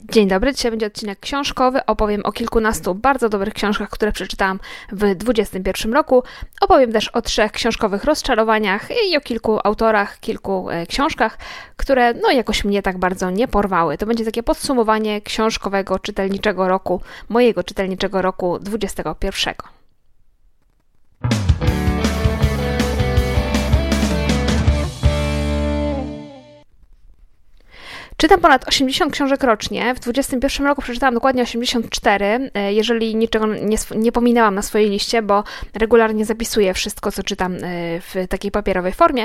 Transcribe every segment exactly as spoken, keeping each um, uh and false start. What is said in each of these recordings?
Dzień dobry, dzisiaj będzie odcinek książkowy. Opowiem o kilkunastu bardzo dobrych książkach, które przeczytałam w dwudziestym pierwszym roku. Opowiem też o trzech książkowych rozczarowaniach i o kilku autorach, kilku e, książkach, które no jakoś mnie tak bardzo nie porwały. To będzie takie podsumowanie książkowego, czytelniczego roku, mojego czytelniczego roku dwudziestego pierwszego. Czytam ponad osiemdziesiąt książek rocznie. W dwudziestym pierwszym roku przeczytałam dokładnie osiemdziesiąt cztery, jeżeli niczego nie, nie pominęłam na swojej liście, bo regularnie zapisuję wszystko, co czytam w takiej papierowej formie.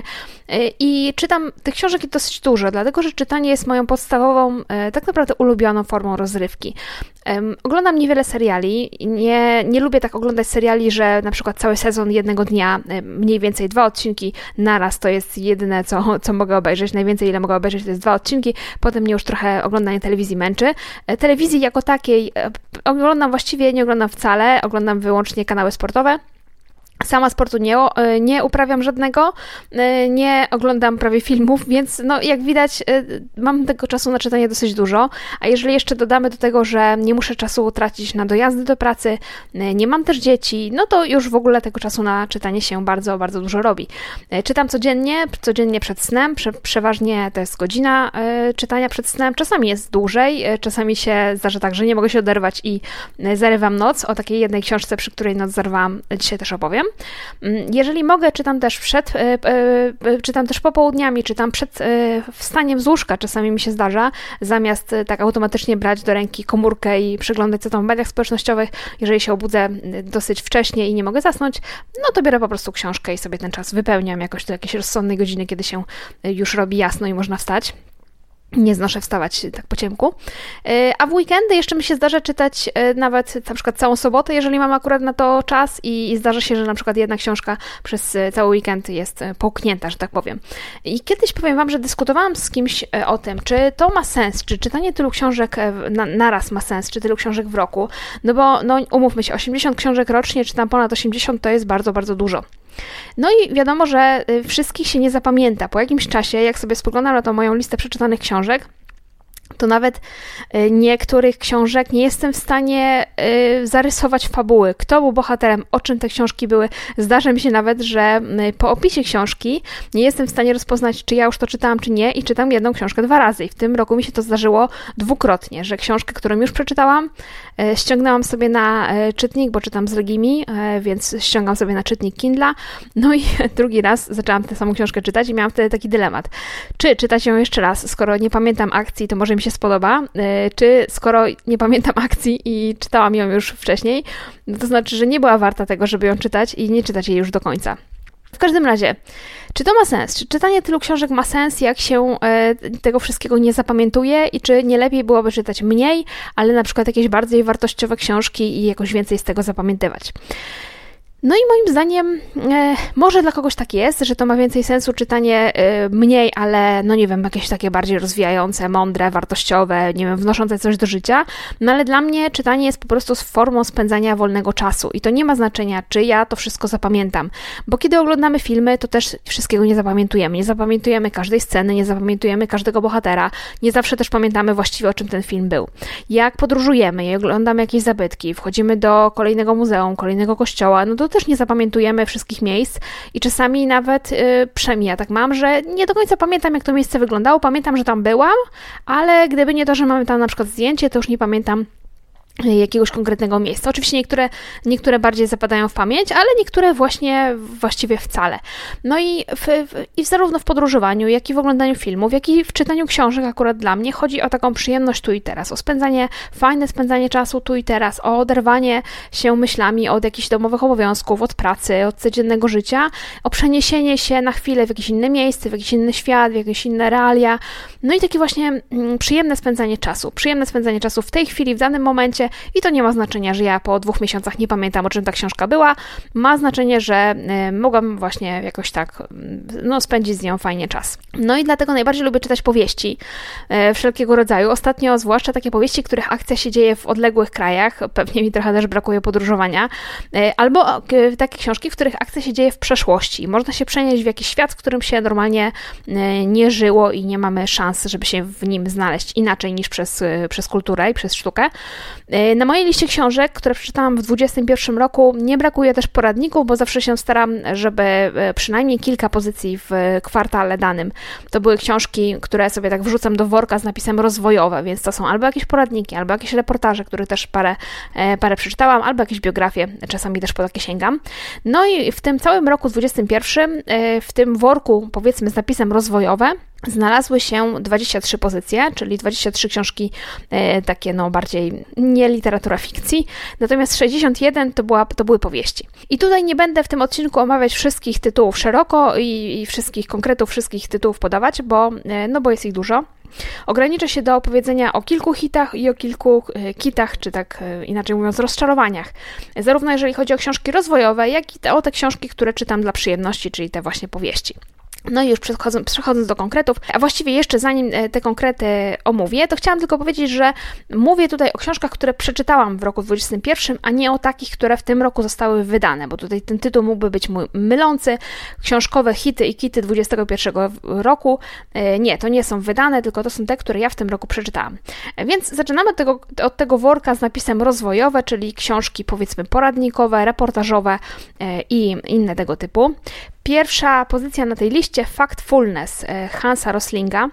I czytam tych książek dosyć dużo, dlatego że czytanie jest moją podstawową, tak naprawdę ulubioną formą rozrywki. Oglądam niewiele seriali. Nie, nie lubię tak oglądać seriali, że na przykład cały sezon jednego dnia, mniej więcej dwa odcinki naraz, to jest jedyne, co, co mogę obejrzeć. Najwięcej, ile mogę obejrzeć, to jest dwa odcinki. Potem mnie już trochę oglądanie telewizji męczy. Telewizji jako takiej oglądam właściwie, nie oglądam wcale, oglądam wyłącznie kanały sportowe. Sama sportu nie, nie uprawiam żadnego, nie oglądam prawie filmów, więc no jak widać mam tego czasu na czytanie dosyć dużo, a jeżeli jeszcze dodamy do tego, że nie muszę czasu tracić na dojazdy do pracy, nie mam też dzieci, no to już w ogóle tego czasu na czytanie się bardzo, bardzo dużo robi. Czytam codziennie, codziennie przed snem, prze, przeważnie to jest godzina czytania przed snem, czasami jest dłużej, czasami się zdarza tak, że nie mogę się oderwać i zarywam noc. O takiej jednej książce, przy której noc zarwałam, dzisiaj też opowiem. Jeżeli mogę, czytam też przed, czytam też popołudniami, czytam przed wstaniem z łóżka, czasami mi się zdarza, zamiast tak automatycznie brać do ręki komórkę i przeglądać co tam w mediach społecznościowych, jeżeli się obudzę dosyć wcześnie i nie mogę zasnąć, no to biorę po prostu książkę i sobie ten czas wypełniam jakoś do jakiejś rozsądnej godziny, kiedy się już robi jasno i można wstać. Nie znoszę wstawać tak po ciemku. A w weekendy jeszcze mi się zdarza czytać nawet na przykład całą sobotę, jeżeli mam akurat na to czas i zdarza się, że na przykład jedna książka przez cały weekend jest połknięta, że tak powiem. I kiedyś powiem Wam, że dyskutowałam z kimś o tym, czy to ma sens, czy czytanie tylu książek na, naraz ma sens, czy tylu książek w roku, no bo no, umówmy się, osiemdziesiąt książek rocznie, czytam ponad osiemdziesiąt, to jest bardzo, bardzo dużo. No i wiadomo, że wszystkich się nie zapamięta. Po jakimś czasie, jak sobie spoglądam na tą moją listę przeczytanych książek, to nawet niektórych książek nie jestem w stanie zarysować fabuły. Kto był bohaterem, o czym te książki były. Zdarza mi się nawet, że po opisie książki nie jestem w stanie rozpoznać, czy ja już to czytałam, czy nie i czytam jedną książkę dwa razy. I w tym roku mi się to zdarzyło dwukrotnie, że książkę, którą już przeczytałam, ściągnęłam sobie na czytnik, bo czytam z Legimi, więc ściągam sobie na czytnik Kindla. No i drugi raz zaczęłam tę samą książkę czytać i miałam wtedy taki dylemat. Czy czytać ją jeszcze raz, skoro nie pamiętam akcji, to może mi się spodoba, czy skoro nie pamiętam akcji i czytałam ją już wcześniej, no to znaczy, że nie była warta tego, żeby ją czytać i nie czytać jej już do końca. W każdym razie, czy to ma sens? Czy czytanie tylu książek ma sens, jak się e, tego wszystkiego nie zapamiętuje i czy nie lepiej byłoby czytać mniej, ale na przykład jakieś bardziej wartościowe książki i jakoś więcej z tego zapamiętywać? No i moim zdaniem e, może dla kogoś tak jest, że to ma więcej sensu czytanie e, mniej, ale no nie wiem, jakieś takie bardziej rozwijające, mądre, wartościowe, nie wiem, wnoszące coś do życia, no ale dla mnie czytanie jest po prostu formą spędzania wolnego czasu i to nie ma znaczenia, czy ja to wszystko zapamiętam, bo kiedy oglądamy filmy, to też wszystkiego nie zapamiętujemy, nie zapamiętujemy każdej sceny, nie zapamiętujemy każdego bohatera, nie zawsze też pamiętamy właściwie, o czym ten film był. Jak podróżujemy i oglądamy jakieś zabytki, wchodzimy do kolejnego muzeum, kolejnego kościoła, no to też nie zapamiętujemy wszystkich miejsc i czasami nawet yy, przynajmniej ja tak mam, że nie do końca pamiętam, jak to miejsce wyglądało. Pamiętam, że tam byłam, ale gdyby nie to, że mamy tam na przykład zdjęcie, to już nie pamiętam jakiegoś konkretnego miejsca. Oczywiście niektóre, niektóre bardziej zapadają w pamięć, ale niektóre właśnie właściwie wcale. No i, w, w, i zarówno w podróżowaniu, jak i w oglądaniu filmów, jak i w czytaniu książek akurat dla mnie chodzi o taką przyjemność tu i teraz, o spędzanie, fajne spędzanie czasu tu i teraz, o oderwanie się myślami od jakichś domowych obowiązków, od pracy, od codziennego życia, o przeniesienie się na chwilę w jakieś inne miejsce, w jakiś inny świat, w jakieś inne realia. No i takie właśnie mm, przyjemne spędzanie czasu. Przyjemne spędzanie czasu w tej chwili, w danym momencie, internecie i to nie ma znaczenia, że ja po dwóch miesiącach nie pamiętam, o czym ta książka była. Ma znaczenie, że mogłam właśnie jakoś tak no, spędzić z nią fajnie czas. No i dlatego najbardziej lubię czytać powieści wszelkiego rodzaju. Ostatnio zwłaszcza takie powieści, których akcja się dzieje w odległych krajach. Pewnie mi trochę też brakuje podróżowania. Albo takie książki, w których akcja się dzieje w przeszłości. Można się przenieść w jakiś świat, w którym się normalnie nie żyło i nie mamy szans, żeby się w nim znaleźć inaczej niż przez, przez kulturę i przez sztukę. Na mojej liście książek, które przeczytałam w dwudziestym pierwszym roku, nie brakuje też poradników, bo zawsze się staram, żeby przynajmniej kilka pozycji w kwartale danym to były książki, które sobie tak wrzucam do worka z napisem rozwojowe, więc to są albo jakieś poradniki, albo jakieś reportaże, których też parę, parę przeczytałam, albo jakieś biografie, czasami też po takie sięgam. No i w tym całym roku dwudziestym pierwszym, w tym worku, powiedzmy, z napisem rozwojowe, znalazły się dwadzieścia trzy pozycje, czyli dwadzieścia trzy książki e, takie no bardziej nie literatura fikcji, natomiast sześćdziesiąt jeden to, była, to były powieści. I tutaj nie będę w tym odcinku omawiać wszystkich tytułów szeroko i, i wszystkich konkretów, wszystkich tytułów podawać, bo, e, no bo jest ich dużo. Ograniczę się do opowiedzenia o kilku hitach i o kilku e, kitach, czy tak e, inaczej mówiąc rozczarowaniach. Zarówno jeżeli chodzi o książki rozwojowe, jak i te, o te książki, które czytam dla przyjemności, czyli te właśnie powieści. No i już przechodząc, przechodząc do konkretów, a właściwie jeszcze zanim te konkrety omówię, to chciałam tylko powiedzieć, że mówię tutaj o książkach, które przeczytałam w roku dwudziestym pierwszym, a nie o takich, które w tym roku zostały wydane, bo tutaj ten tytuł mógłby być mój mylący. Książkowe hity i kity dwudziestego pierwszego roku, nie, to nie są wydane, tylko to są te, które ja w tym roku przeczytałam. Więc zaczynamy od tego, od tego worka z napisem rozwojowe, czyli książki powiedzmy poradnikowe, reportażowe i inne tego typu. Pierwsza pozycja na tej liście Factfulness Hansa Roslinga.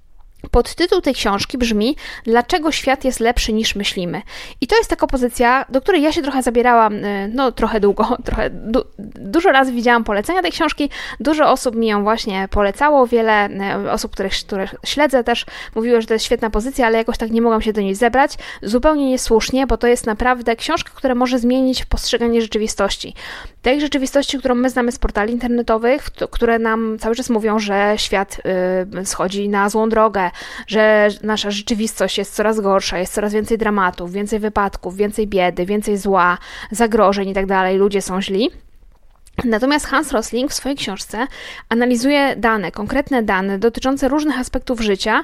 Podtytuł tej książki brzmi Dlaczego świat jest lepszy niż myślimy? I to jest taka pozycja, do której ja się trochę zabierałam, no trochę długo, trochę du- dużo razy widziałam polecenia tej książki, dużo osób mi ją właśnie polecało, wiele osób, których, które śledzę też mówiło, że to jest świetna pozycja, ale jakoś tak nie mogłam się do niej zebrać, zupełnie niesłusznie, bo to jest naprawdę książka, która może zmienić postrzeganie rzeczywistości. Tej rzeczywistości, którą my znamy z portali internetowych, które nam cały czas mówią, że świat y, schodzi na złą drogę, że nasza rzeczywistość jest coraz gorsza, jest coraz więcej dramatów, więcej wypadków, więcej biedy, więcej zła, zagrożeń i tak dalej, ludzie są źli. Natomiast Hans Rosling w swojej książce analizuje dane, konkretne dane dotyczące różnych aspektów życia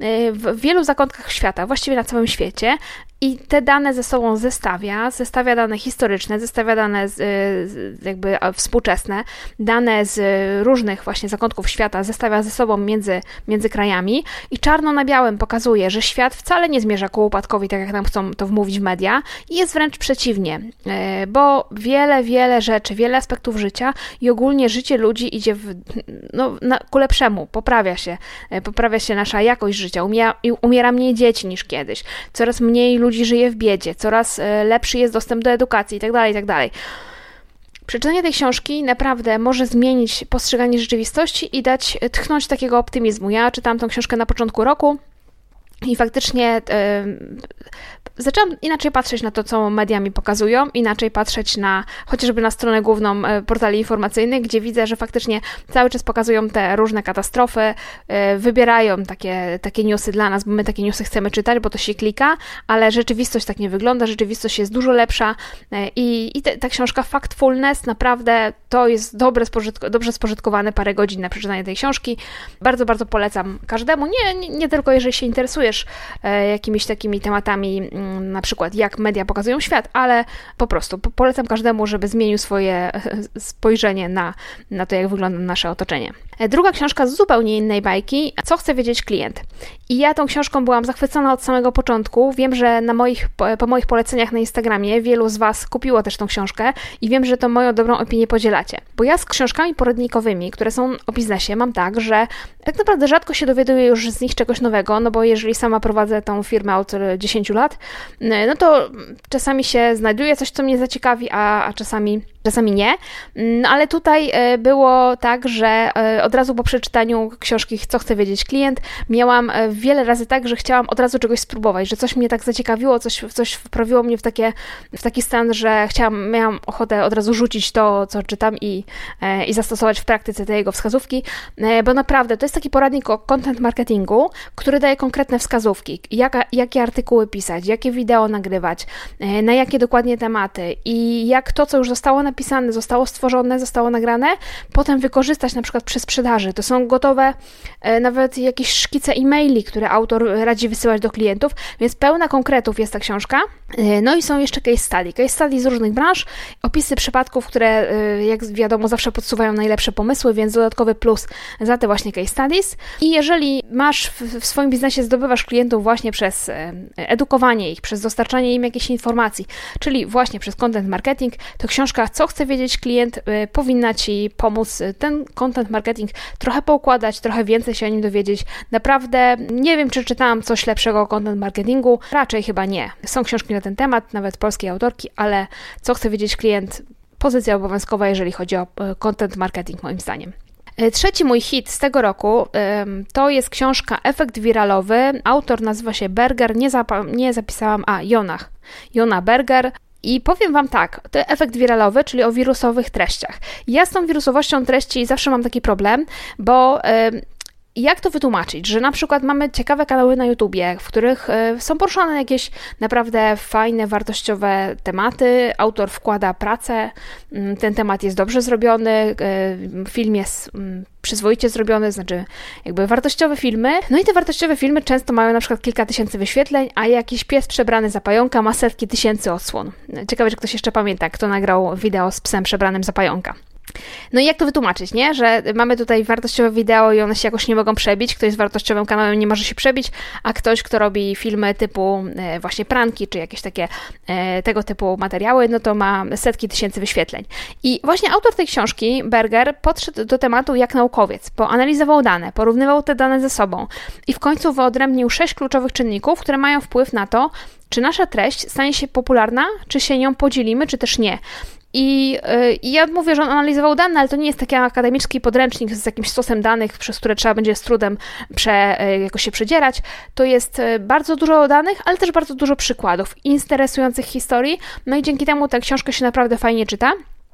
w wielu zakątkach świata, właściwie na całym świecie. I te dane ze sobą zestawia, zestawia dane historyczne, zestawia dane z, z jakby współczesne, dane z różnych właśnie zakątków świata, zestawia ze sobą między, między krajami i czarno na białym pokazuje, że świat wcale nie zmierza ku upadkowi, tak jak nam chcą to wmówić w media, i jest wręcz przeciwnie, bo wiele, wiele rzeczy, wiele aspektów życia i ogólnie życie ludzi idzie w, no, na, ku lepszemu, poprawia się, poprawia się nasza jakość życia, umiera, umiera mniej dzieci niż kiedyś, coraz mniej ludzi żyje w biedzie, coraz lepszy jest dostęp do edukacji itd., itd. Przeczytanie tej książki naprawdę może zmienić postrzeganie rzeczywistości i dać, tchnąć takiego optymizmu. Ja czytałam tę książkę na początku roku i faktycznie yy, zaczęłam inaczej patrzeć na to, co media mi pokazują, inaczej patrzeć na chociażby na stronę główną portali informacyjnych, gdzie widzę, że faktycznie cały czas pokazują te różne katastrofy, yy, wybierają takie, takie newsy dla nas, bo my takie newsy chcemy czytać, bo to się klika, ale rzeczywistość tak nie wygląda, rzeczywistość jest dużo lepsza yy, i te, ta książka Factfulness naprawdę to jest dobre spożytko, dobrze spożytkowane parę godzin na przeczytanie tej książki. Bardzo, bardzo polecam każdemu, nie, nie, nie tylko jeżeli się interesujesz yy, jakimiś takimi tematami, yy, na przykład jak media pokazują świat, ale po prostu polecam każdemu, żeby zmienił swoje spojrzenie na, na to, jak wygląda nasze otoczenie. Druga książka z zupełnie innej bajki, Co chce wiedzieć klient. I ja tą książką byłam zachwycona od samego początku. Wiem, że na moich, po moich poleceniach na Instagramie wielu z Was kupiło też tą książkę i wiem, że to moją dobrą opinię podzielacie. Bo ja z książkami poradnikowymi, które są o biznesie, mam tak, że tak naprawdę rzadko się dowiaduję już z nich czegoś nowego, no bo jeżeli sama prowadzę tą firmę od dziesięciu lat, no to czasami się znajduje coś, co mnie zaciekawi, a, a czasami czasami nie, no ale tutaj było tak, że od razu po przeczytaniu książki Co chce wiedzieć klient, miałam wiele razy tak, że chciałam od razu czegoś spróbować, że coś mnie tak zaciekawiło, coś, coś wprawiło mnie w, takie, w taki stan, że chciałam, miałam ochotę od razu rzucić to, co czytam i, i zastosować w praktyce te jego wskazówki, bo naprawdę to jest taki poradnik o content marketingu, który daje konkretne wskazówki, jaka, jakie artykuły pisać, jakie wideo nagrywać, na jakie dokładnie tematy i jak to, co już zostało napisane, zostało stworzone, zostało nagrane, potem wykorzystać na przykład przy sprzedaży. To są gotowe nawet jakieś szkice e-maili, które autor radzi wysyłać do klientów, więc pełna konkretów jest ta książka. No i są jeszcze case study. Case study z różnych branż, opisy przypadków, które jak wiadomo zawsze podsuwają najlepsze pomysły, więc dodatkowy plus za te właśnie case studies. I jeżeli masz w, w swoim biznesie, zdobywasz klientów właśnie przez edukowanie ich, przez dostarczanie im jakichś informacji, czyli właśnie przez content marketing, to książka Co chce wiedzieć klient powinna Ci pomóc ten content marketing trochę poukładać, trochę więcej się o nim dowiedzieć. Naprawdę nie wiem, czy czytałam coś lepszego o content marketingu, raczej chyba nie. Są książki na ten temat, nawet polskiej autorki, ale Co chce wiedzieć klient, pozycja obowiązkowa, jeżeli chodzi o content marketing moim zdaniem. Trzeci mój hit z tego roku to jest książka Efekt wiralowy. Autor nazywa się Berger, nie, zapa- nie zapisałam, a Jonah. Jonah Berger. I powiem Wam tak, to efekt wiralowy, czyli o wirusowych treściach. Ja z tą wirusowością treści zawsze mam taki problem, bo jak to wytłumaczyć, że na przykład mamy ciekawe kanały na YouTubie, w których są poruszane jakieś naprawdę fajne, wartościowe tematy, autor wkłada pracę, ten temat jest dobrze zrobiony, film jest przyzwoicie zrobione, znaczy jakby wartościowe filmy. No i te wartościowe filmy często mają na przykład kilka tysięcy wyświetleń, a jakiś pies przebrany za pająka ma setki tysięcy odsłon. Ciekawe, czy ktoś jeszcze pamięta, kto nagrał wideo z psem przebranym za pająka. No i jak to wytłumaczyć, nie? Że mamy tutaj wartościowe wideo i one się jakoś nie mogą przebić, ktoś z wartościowym kanałem nie może się przebić, a ktoś, kto robi filmy typu właśnie pranki, czy jakieś takie tego typu materiały, no to ma setki tysięcy wyświetleń. I właśnie autor tej książki, Berger, podszedł do tematu jak naukowiec, poanalizował dane, porównywał te dane ze sobą i w końcu wyodrębnił sześć kluczowych czynników, które mają wpływ na to, czy nasza treść stanie się popularna, czy się nią podzielimy, czy też nie. I, yy, I ja mówię, że on analizował dane, ale to nie jest taki akademicki podręcznik z jakimś stosem danych, przez które trzeba będzie z trudem prze, yy, jakoś się przedzierać. To jest yy, bardzo dużo danych, ale też bardzo dużo przykładów, interesujących historii, no i dzięki temu tę książkę się naprawdę fajnie czyta.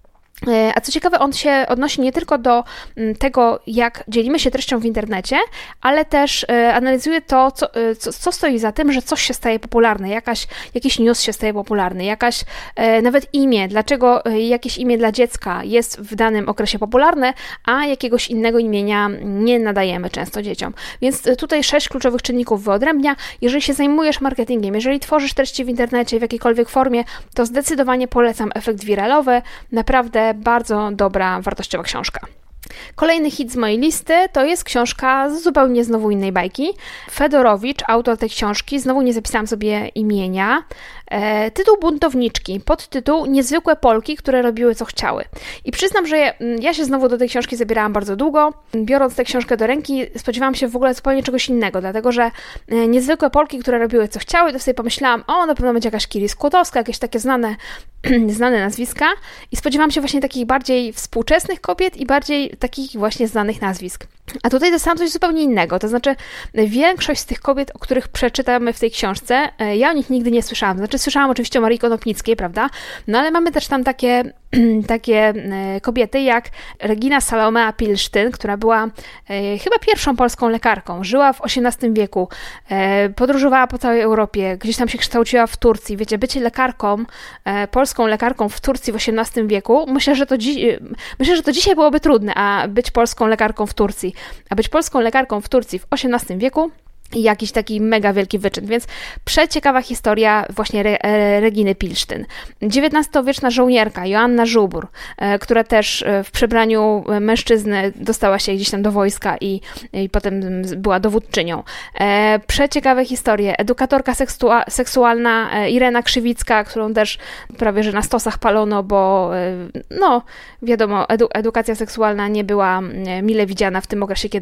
A co ciekawe, on się odnosi nie tylko do tego, jak dzielimy się treścią w internecie, ale też analizuje to, co, co, co stoi za tym, że coś się staje popularne, jakaś, jakiś news się staje popularny, jakaś nawet imię, dlaczego jakieś imię dla dziecka jest w danym okresie popularne, a jakiegoś innego imienia nie nadajemy często dzieciom. Więc tutaj sześć kluczowych czynników wyodrębnia. Jeżeli się zajmujesz marketingiem, jeżeli tworzysz treści w internecie w jakiejkolwiek formie, to zdecydowanie polecam efekt wiralowy. Naprawdę bardzo dobra, wartościowa książka. Kolejny hit z mojej listy to jest książka z zupełnie znowu innej bajki. Fedorowicz, autor tej książki, znowu nie zapisałam sobie imienia. E, tytuł Buntowniczki, podtytuł Niezwykłe Polki, które robiły co chciały. I przyznam, że ja, ja się znowu do tej książki zabierałam bardzo długo. Biorąc tę książkę do ręki, spodziewałam się w ogóle zupełnie czegoś innego, dlatego że e, Niezwykłe Polki, które robiły co chciały, to sobie pomyślałam, o, na pewno będzie jakaś Kiri Skłodowska, jakieś takie znane, znane nazwiska i spodziewałam się właśnie takich bardziej współczesnych kobiet i bardziej takich właśnie znanych nazwisk. A tutaj dostałam coś zupełnie innego, to znaczy większość z tych kobiet, o których przeczytamy w tej książce, ja o nich nigdy nie słyszałam. Znaczy słyszałam oczywiście o Marii Konopnickiej, prawda? No ale mamy też tam takie, takie kobiety jak Regina Salomea Pilsztyn, która była e, chyba pierwszą polską lekarką. Żyła w osiemnastym wieku, e, podróżowała po całej Europie, gdzieś tam się kształciła w Turcji. Wiecie, bycie lekarką, e, polską lekarką w Turcji w osiemnastym wieku, myślę, że to dzi- myślę, że to dzisiaj byłoby trudne, a być polską lekarką w Turcji. A być polską lekarką w Turcji w osiemnastym wieku i jakiś taki mega wielki wyczyn, więc przeciekawa historia właśnie Re, Reginy Pilsztyn. dziewiętnastowieczna żołnierka Joanna Żubur, e, która też w przebraniu mężczyzny dostała się gdzieś tam do wojska i, i potem była dowódczynią. E, przeciekawe historie. Edukatorka seksua, seksualna Irena Krzywicka, którą też prawie że na stosach palono, bo e, no wiadomo, edu, edukacja seksualna nie była mile widziana w tym okresie, kiedy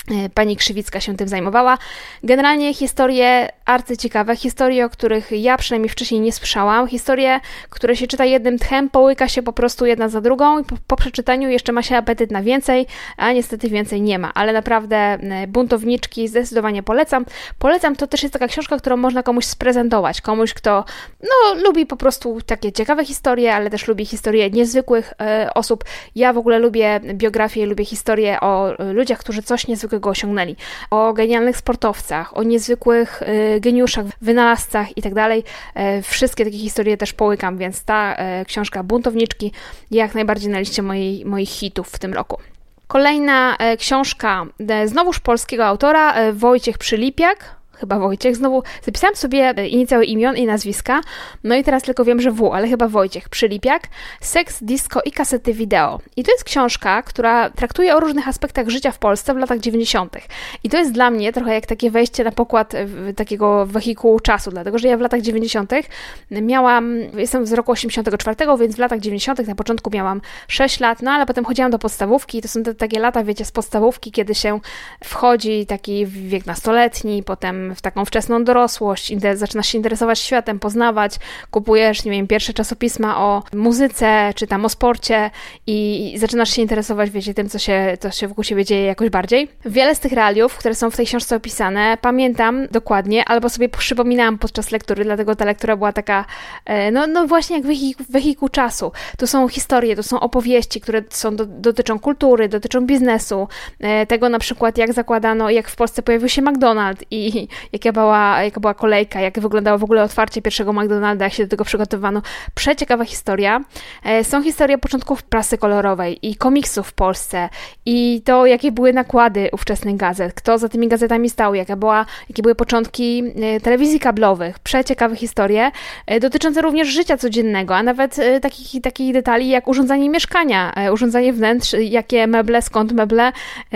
Pani Krzywicka się tym zajmowała. Generalnie historie arcyciekawe, historie, o których ja przynajmniej wcześniej nie słyszałam, historie, które się czyta jednym tchem, połyka się po prostu jedna za drugą i po, po przeczytaniu jeszcze ma się apetyt na więcej, a niestety więcej nie ma, ale naprawdę Buntowniczki zdecydowanie polecam. Polecam, to też jest taka książka, którą można komuś sprezentować, komuś, kto no, lubi po prostu takie ciekawe historie, ale też lubi historie niezwykłych e, osób. Ja w ogóle lubię biografię, lubię historie o ludziach, którzy coś niezwykłego osiągnęli, o genialnych sportowcach, o niezwykłych y, geniuszach, wynalazcach i tak dalej. E, wszystkie takie historie też połykam, więc ta e, książka Buntowniczki jak najbardziej na liście mojej, moich hitów w tym roku. Kolejna e, książka e, znowuż polskiego autora, e, Wojciech Przylipiak. Chyba Wojciech, znowu zapisałam sobie inicjały imion i nazwiska, no i teraz tylko wiem, że W, ale chyba Wojciech Przylipiak, Seks, disco i kasety wideo. I to jest książka, która traktuje o różnych aspektach życia w Polsce w latach dziewięćdziesiątych. I to jest dla mnie trochę jak takie wejście na pokład takiego wehikułu czasu, dlatego że ja w latach dziewięćdziesiątych miałam, jestem z roku osiemdziesiątego czwartego, więc w latach dziewięćdziesiątych na początku miałam sześć lat, no ale potem chodziłam do podstawówki i to są te takie lata, wiecie, z podstawówki, kiedy się wchodzi taki wiek nastoletni, potem w taką wczesną dorosłość, zaczynasz się interesować światem, poznawać, kupujesz, nie wiem, pierwsze czasopisma o muzyce, czy tam o sporcie i zaczynasz się interesować, wiecie, tym, co się, co się wokół siebie dzieje jakoś bardziej. Wiele z tych realiów, które są w tej książce opisane, pamiętam dokładnie, albo sobie przypominałam podczas lektury, dlatego ta lektura była taka, no, no właśnie jak wehikuł, wehikuł czasu. To są historie, to są opowieści, które są, do, dotyczą kultury, dotyczą biznesu, tego na przykład, jak zakładano, jak w Polsce pojawił się McDonald's i jaka była, jaka była kolejka, jak wyglądało w ogóle otwarcie pierwszego McDonalda, jak się do tego przygotowano. Przeciekawa historia. Są historie początków prasy kolorowej i komiksów w Polsce i to, jakie były nakłady ówczesnych gazet, kto za tymi gazetami stał, jaka była, jakie były początki telewizji kablowych. Przeciekawe historie dotyczące również życia codziennego, a nawet takich, takich detali jak urządzanie mieszkania, urządzanie wnętrz, jakie meble, skąd meble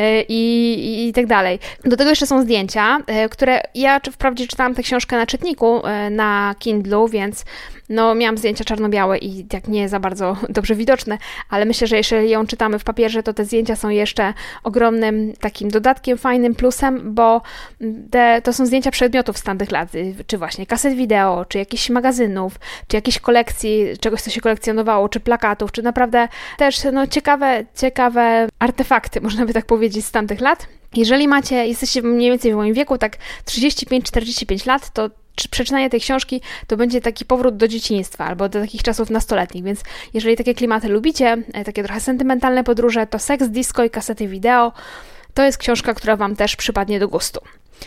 i, i, i tak dalej. Do tego jeszcze są zdjęcia, które ja wprawdzie czytałam tę książkę na czytniku, na Kindlu, więc no miałam zdjęcia czarno-białe i tak nie za bardzo dobrze widoczne, ale myślę, że jeżeli ją czytamy w papierze, to te zdjęcia są jeszcze ogromnym takim dodatkiem, fajnym plusem, bo te, to są zdjęcia przedmiotów z tamtych lat, czy właśnie kaset wideo, czy jakichś magazynów, czy jakiejś kolekcji, czegoś, co się kolekcjonowało, czy plakatów, czy naprawdę też no, ciekawe, ciekawe artefakty, można by tak powiedzieć, z tamtych lat. Jeżeli macie, jesteście mniej więcej w moim wieku, tak trzydzieści pięć czterdzieści pięć lat, to przeczytanie tej książki to będzie taki powrót do dzieciństwa albo do takich czasów nastoletnich, więc jeżeli takie klimaty lubicie, takie trochę sentymentalne podróże, to Seks, disco i kasety wideo to jest książka, która Wam też przypadnie do gustu.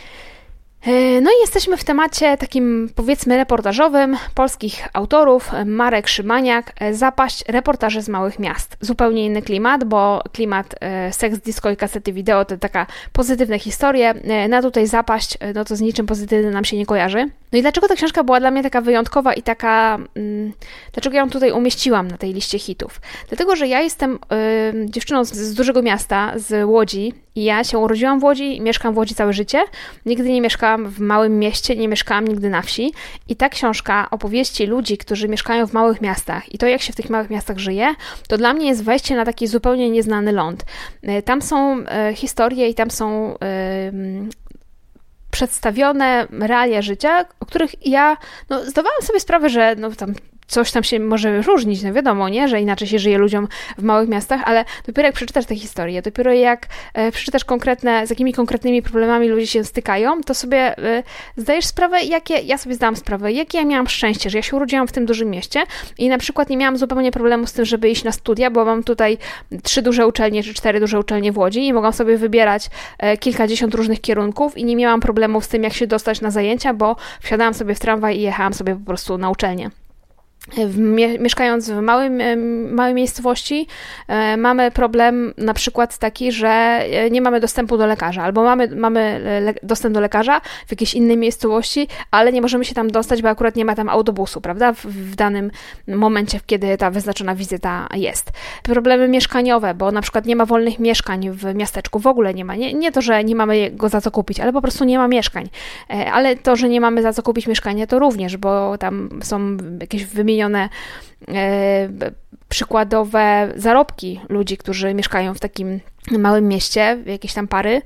No i jesteśmy w temacie takim, powiedzmy, reportażowym polskich autorów. Marek Szymaniak, Zapaść, reportaże z małych miast. Zupełnie inny klimat, bo klimat Seks, disco i kasety wideo to taka pozytywne historie. Na tutaj Zapaść, no to z niczym pozytywnym nam się nie kojarzy. No i dlaczego ta książka była dla mnie taka wyjątkowa i taka... Hmm, dlaczego ja ją tutaj umieściłam na tej liście hitów? Dlatego, że ja jestem y, dziewczyną z, z dużego miasta, z Łodzi i ja się urodziłam w Łodzi i mieszkam w Łodzi całe życie. Nigdy nie mieszkałam w małym mieście, nie mieszkałam nigdy na wsi i ta książka opowieści ludzi, którzy mieszkają w małych miastach i to, jak się w tych małych miastach żyje, to dla mnie jest wejście na taki zupełnie nieznany ląd. Tam są y, historie i tam są... Y, przedstawione realia życia, o których ja no, zdawałam sobie sprawę, że no, tam coś tam się może różnić, no wiadomo, nie, że inaczej się żyje ludziom w małych miastach, ale dopiero jak przeczytasz te historie, dopiero jak e, przeczytasz konkretne, z jakimi konkretnymi problemami ludzie się stykają, to sobie e, zdajesz sprawę, jakie, ja sobie zdałam sprawę, jakie ja miałam szczęście, że ja się urodziłam w tym dużym mieście i na przykład nie miałam zupełnie problemu z tym, żeby iść na studia, bo mam tutaj trzy duże uczelnie, czy cztery duże uczelnie w Łodzi i mogłam sobie wybierać e, kilkadziesiąt różnych kierunków i nie miałam problemów z tym, jak się dostać na zajęcia, bo wsiadałam sobie w tramwaj i jechałam sobie po prostu na uczelnię. Mieszkając w małym, małej miejscowości mamy problem na przykład taki, że nie mamy dostępu do lekarza, albo mamy, mamy le- dostęp do lekarza w jakiejś innej miejscowości, ale nie możemy się tam dostać, bo akurat nie ma tam autobusu, prawda, w, w danym momencie, kiedy ta wyznaczona wizyta jest. Problemy mieszkaniowe, bo na przykład nie ma wolnych mieszkań w miasteczku, w ogóle nie ma. Nie, nie to, że nie mamy go za co kupić, ale po prostu nie ma mieszkań. Ale to, że nie mamy za co kupić mieszkania, to również, bo tam są jakieś wymienione przykładowe zarobki ludzi, którzy mieszkają w takim małym mieście, jakieś tam pary,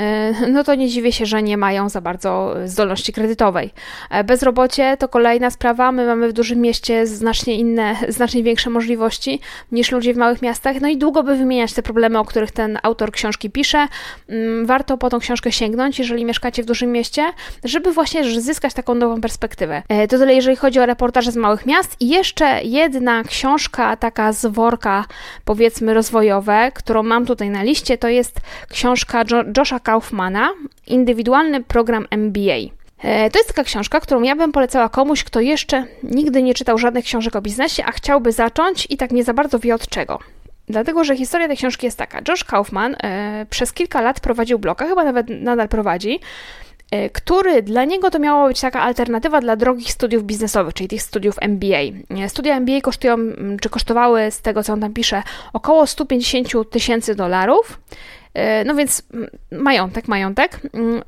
no to nie dziwię się, że nie mają za bardzo zdolności kredytowej. Bezrobocie to kolejna sprawa. My mamy w dużym mieście znacznie inne, znacznie większe możliwości niż ludzie w małych miastach. No i długo by wymieniać te problemy, o których ten autor książki pisze. Warto po tą książkę sięgnąć, jeżeli mieszkacie w dużym mieście, żeby właśnie zyskać taką nową perspektywę. To tyle, jeżeli chodzi o reportaże z małych miast. I jeszcze jedna książka, taka z worka, powiedzmy rozwojowe, którą mam tutaj na liście, to jest książka jo- Josha Kaufmana, Indywidualny program M B A. To jest taka książka, którą ja bym polecała komuś, kto jeszcze nigdy nie czytał żadnych książek o biznesie, a chciałby zacząć i tak nie za bardzo wie od czego. Dlatego, że historia tej książki jest taka. Josh Kaufman e, przez kilka lat prowadził bloga, chyba nawet nadal prowadzi, e, który dla niego to miała być taka alternatywa dla drogich studiów biznesowych, czyli tych studiów M B A. Studia M B A kosztują, czy kosztowały, z tego co on tam pisze, około sto pięćdziesiąt tysięcy dolarów. E, no więc majątek, majątek.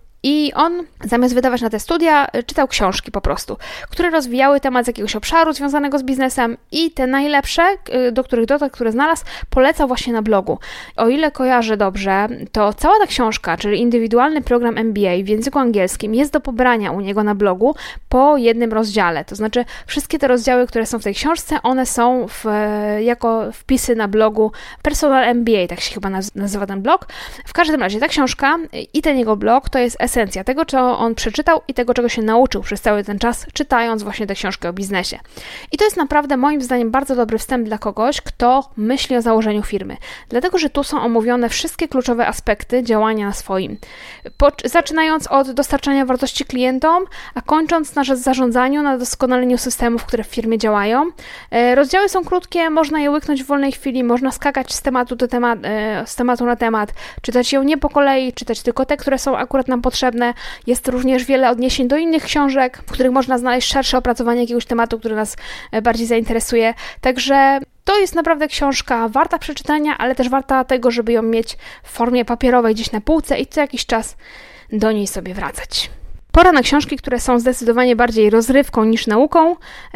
I on zamiast wydawać na te studia, czytał książki po prostu, które rozwijały temat z jakiegoś obszaru związanego z biznesem i te najlepsze, do których dotarł, które znalazł, polecał właśnie na blogu. O ile kojarzę dobrze, to cała ta książka, czyli Indywidualny program M B A w języku angielskim jest do pobrania u niego na blogu po jednym rozdziale. To znaczy wszystkie te rozdziały, które są w tej książce, one są w, jako wpisy na blogu Personal M B A, tak się chyba nazywa ten blog. W każdym razie ta książka i ten jego blog to jest esencja tego, co on przeczytał i tego, czego się nauczył przez cały ten czas, czytając właśnie tę książkę o biznesie. I to jest naprawdę moim zdaniem bardzo dobry wstęp dla kogoś, kto myśli o założeniu firmy. Dlatego, że tu są omówione wszystkie kluczowe aspekty działania na swoim. Po, zaczynając od dostarczania wartości klientom, a kończąc na zarządzaniu, na doskonaleniu systemów, które w firmie działają. E, rozdziały są krótkie, można je łyknąć w wolnej chwili, można skakać z tematu do temat, e, z tematu na temat, czytać ją nie po kolei, czytać tylko te, które są akurat nam potrzebne. Jest również wiele odniesień do innych książek, w których można znaleźć szersze opracowanie jakiegoś tematu, który nas bardziej zainteresuje. Także to jest naprawdę książka warta przeczytania, ale też warta tego, żeby ją mieć w formie papierowej gdzieś na półce i co jakiś czas do niej sobie wracać. Pora na książki, które są zdecydowanie bardziej rozrywką niż nauką.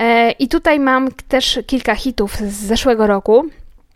I tutaj mam też kilka hitów z zeszłego roku.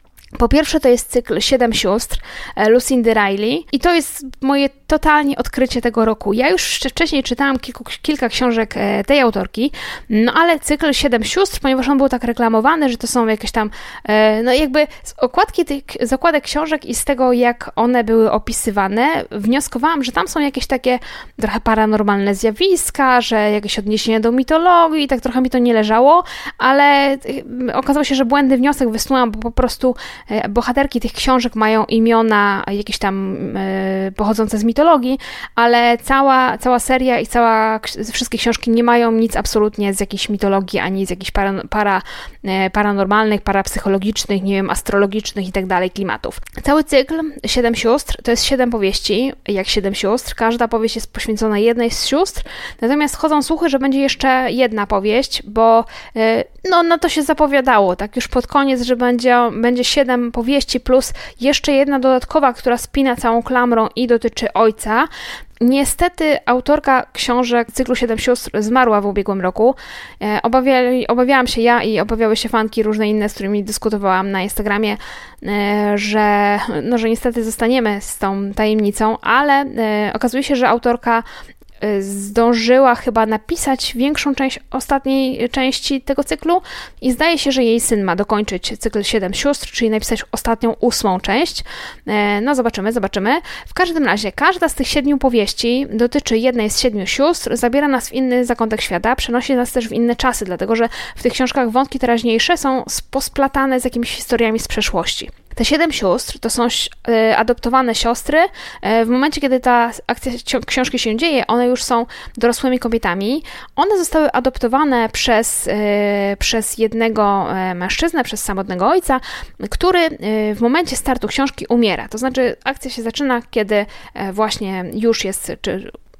Po pierwsze to jest cykl Siedem sióstr Lucindy Riley i to jest moje totalnie odkrycie tego roku. Ja już wcześniej czytałam kilku, kilka książek tej autorki, no ale cykl Siedem sióstr, ponieważ on był tak reklamowany, że to są jakieś tam, no jakby z okładki tych, z okładek książek i z tego, jak one były opisywane, wnioskowałam, że tam są jakieś takie trochę paranormalne zjawiska, że jakieś odniesienia do mitologii i tak trochę mi to nie leżało, ale okazało się, że błędny wniosek wysnułam, bo po prostu bohaterki tych książek mają imiona jakieś tam e, pochodzące z mitologii, ale cała, cała seria i cała, wszystkie książki nie mają nic absolutnie z jakiejś mitologii, ani z jakichś para, para, e, paranormalnych, parapsychologicznych, nie wiem, astrologicznych i tak dalej klimatów. Cały cykl Siedem sióstr to jest siedem powieści, jak siedem sióstr. Każda powieść jest poświęcona jednej z sióstr, natomiast chodzą słuchy, że będzie jeszcze jedna powieść, bo e, no, no to się zapowiadało, tak już pod koniec, że będzie, będzie siedem powieści plus jeszcze jedna dodatkowa, która spina całą klamrą i dotyczy ojca. Niestety autorka książek cyklu Siedem sióstr zmarła w ubiegłym roku. Obawia, obawiałam się ja i obawiały się fanki różne inne, z którymi dyskutowałam na Instagramie, że, no, że niestety zostaniemy z tą tajemnicą, ale okazuje się, że autorka zdążyła chyba napisać większą część ostatniej części tego cyklu i zdaje się, że jej syn ma dokończyć cykl Siedem sióstr, czyli napisać ostatnią, ósmą część. No zobaczymy, zobaczymy. W każdym razie każda z tych siedmiu powieści dotyczy jednej z siedmiu sióstr, zabiera nas w inny zakątek świata, przenosi nas też w inne czasy, dlatego że w tych książkach wątki teraźniejsze są posplatane z jakimiś historiami z przeszłości. Te siedem sióstr to są adoptowane siostry. W momencie, kiedy ta akcja książki się dzieje, one już są dorosłymi kobietami. One zostały adoptowane przez, przez jednego mężczyznę, przez samotnego ojca, który w momencie startu książki umiera. To znaczy akcja się zaczyna, kiedy właśnie już jest... Czy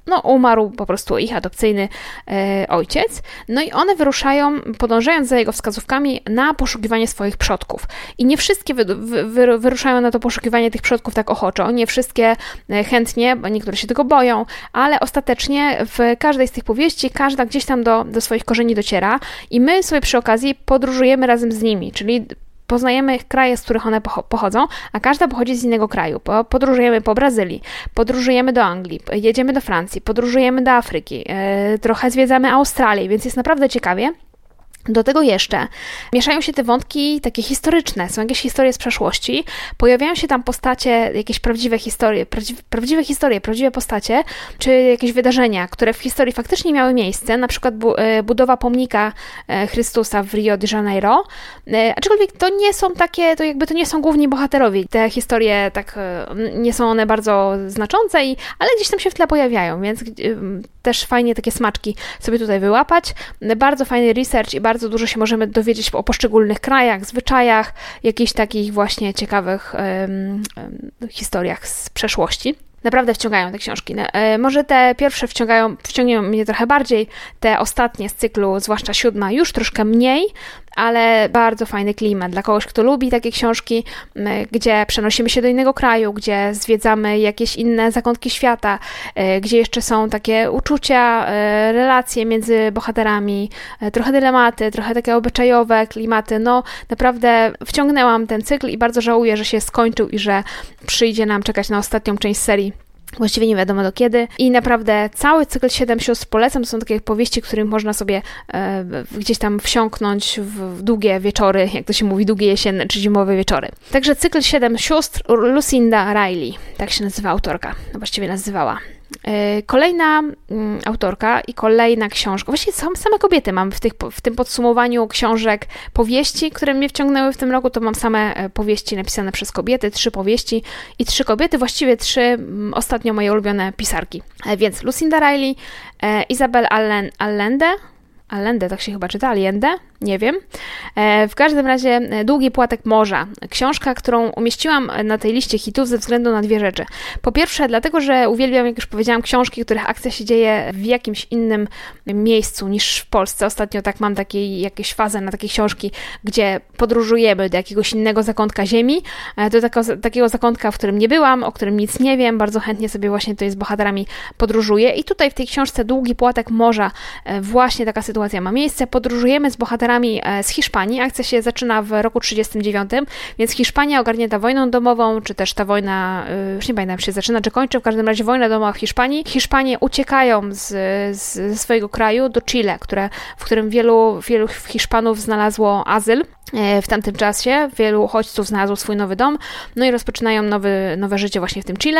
no umarł po prostu ich adopcyjny e, ojciec. No i one wyruszają, podążając za jego wskazówkami, na poszukiwanie swoich przodków. I nie wszystkie wy, wy, wyruszają na to poszukiwanie tych przodków tak ochoczo, nie wszystkie chętnie, bo niektóre się tego boją, ale ostatecznie w każdej z tych powieści każda gdzieś tam do, do swoich korzeni dociera i my sobie przy okazji podróżujemy razem z nimi, czyli poznajemy kraje, z których one pochodzą, a każda pochodzi z innego kraju. Podróżujemy po Brazylii, podróżujemy do Anglii, jedziemy do Francji, podróżujemy do Afryki, trochę zwiedzamy Australię, więc jest naprawdę ciekawie. Do tego jeszcze mieszają się te wątki takie historyczne, są jakieś historie z przeszłości, pojawiają się tam postacie, jakieś prawdziwe historie, prawdziwe, prawdziwe historie, prawdziwe postacie, czy jakieś wydarzenia, które w historii faktycznie miały miejsce, na przykład bu- budowa pomnika Chrystusa w Rio de Janeiro, aczkolwiek to nie są takie, to jakby to nie są główni bohaterowie, te historie tak nie są one bardzo znaczące, i, ale gdzieś tam się w tle pojawiają, więc też fajnie takie smaczki sobie tutaj wyłapać, bardzo fajny research i bardzo Bardzo dużo się możemy dowiedzieć o poszczególnych krajach, zwyczajach, jakichś takich właśnie ciekawych um, um, historiach z przeszłości. Naprawdę wciągają te książki. Może te pierwsze wciągają, wciągną mnie trochę bardziej, te ostatnie z cyklu, zwłaszcza siódma, już troszkę mniej, ale bardzo fajny klimat dla kogoś, kto lubi takie książki, gdzie przenosimy się do innego kraju, gdzie zwiedzamy jakieś inne zakątki świata, gdzie jeszcze są takie uczucia, relacje między bohaterami, trochę dylematy, trochę takie obyczajowe klimaty. No naprawdę wciągnęłam ten cykl i bardzo żałuję, że się skończył i że przyjdzie nam czekać na ostatnią część serii. Właściwie nie wiadomo do kiedy. I naprawdę cały cykl Siedem sióstr polecam. To są takie powieści, którym można sobie e, gdzieś tam wsiąknąć w, w długie wieczory, jak to się mówi, długie jesienne czy zimowe wieczory. Także cykl Siedem sióstr, Lucinda Riley, tak się nazywa autorka, no właściwie nazywała. Kolejna mm, autorka i kolejna książka, właściwie same, same kobiety mam w, tych, w tym podsumowaniu książek, powieści, które mnie wciągnęły w tym roku, to mam same powieści napisane przez kobiety, trzy powieści i trzy kobiety, właściwie trzy mm, ostatnio moje ulubione pisarki. E, więc Lucinda Riley, e, Isabel Allen, Allende, Allende, tak się chyba czyta, Allende, nie wiem. W każdym razie Długi płatek morza. Książka, którą umieściłam na tej liście hitów ze względu na dwie rzeczy. Po pierwsze, dlatego, że uwielbiam, jak już powiedziałam, książki, których akcja się dzieje w jakimś innym miejscu niż w Polsce. Ostatnio tak mam takiej, jakieś fazę na takie książki, gdzie podróżujemy do jakiegoś innego zakątka ziemi, do takiego, takiego zakątka, w którym nie byłam, o którym nic nie wiem. Bardzo chętnie sobie właśnie tutaj z bohaterami podróżuję. I tutaj w tej książce Długi płatek morza właśnie taka sytuacja ma miejsce. Podróżujemy z bohaterami z Hiszpanii. Akcja się zaczyna w roku trzydziestym dziewiątym, więc Hiszpania ogarnięta wojną domową, czy też ta wojna, już nie pamiętam, czy się zaczyna, czy kończy, w każdym razie wojna domowa w Hiszpanii. Hiszpanie uciekają z, z, ze swojego kraju do Chile, które, w którym wielu, wielu Hiszpanów znalazło azyl. W tamtym czasie wielu uchodźców znalazło swój nowy dom, no i rozpoczynają nowy, nowe życie właśnie w tym Chile.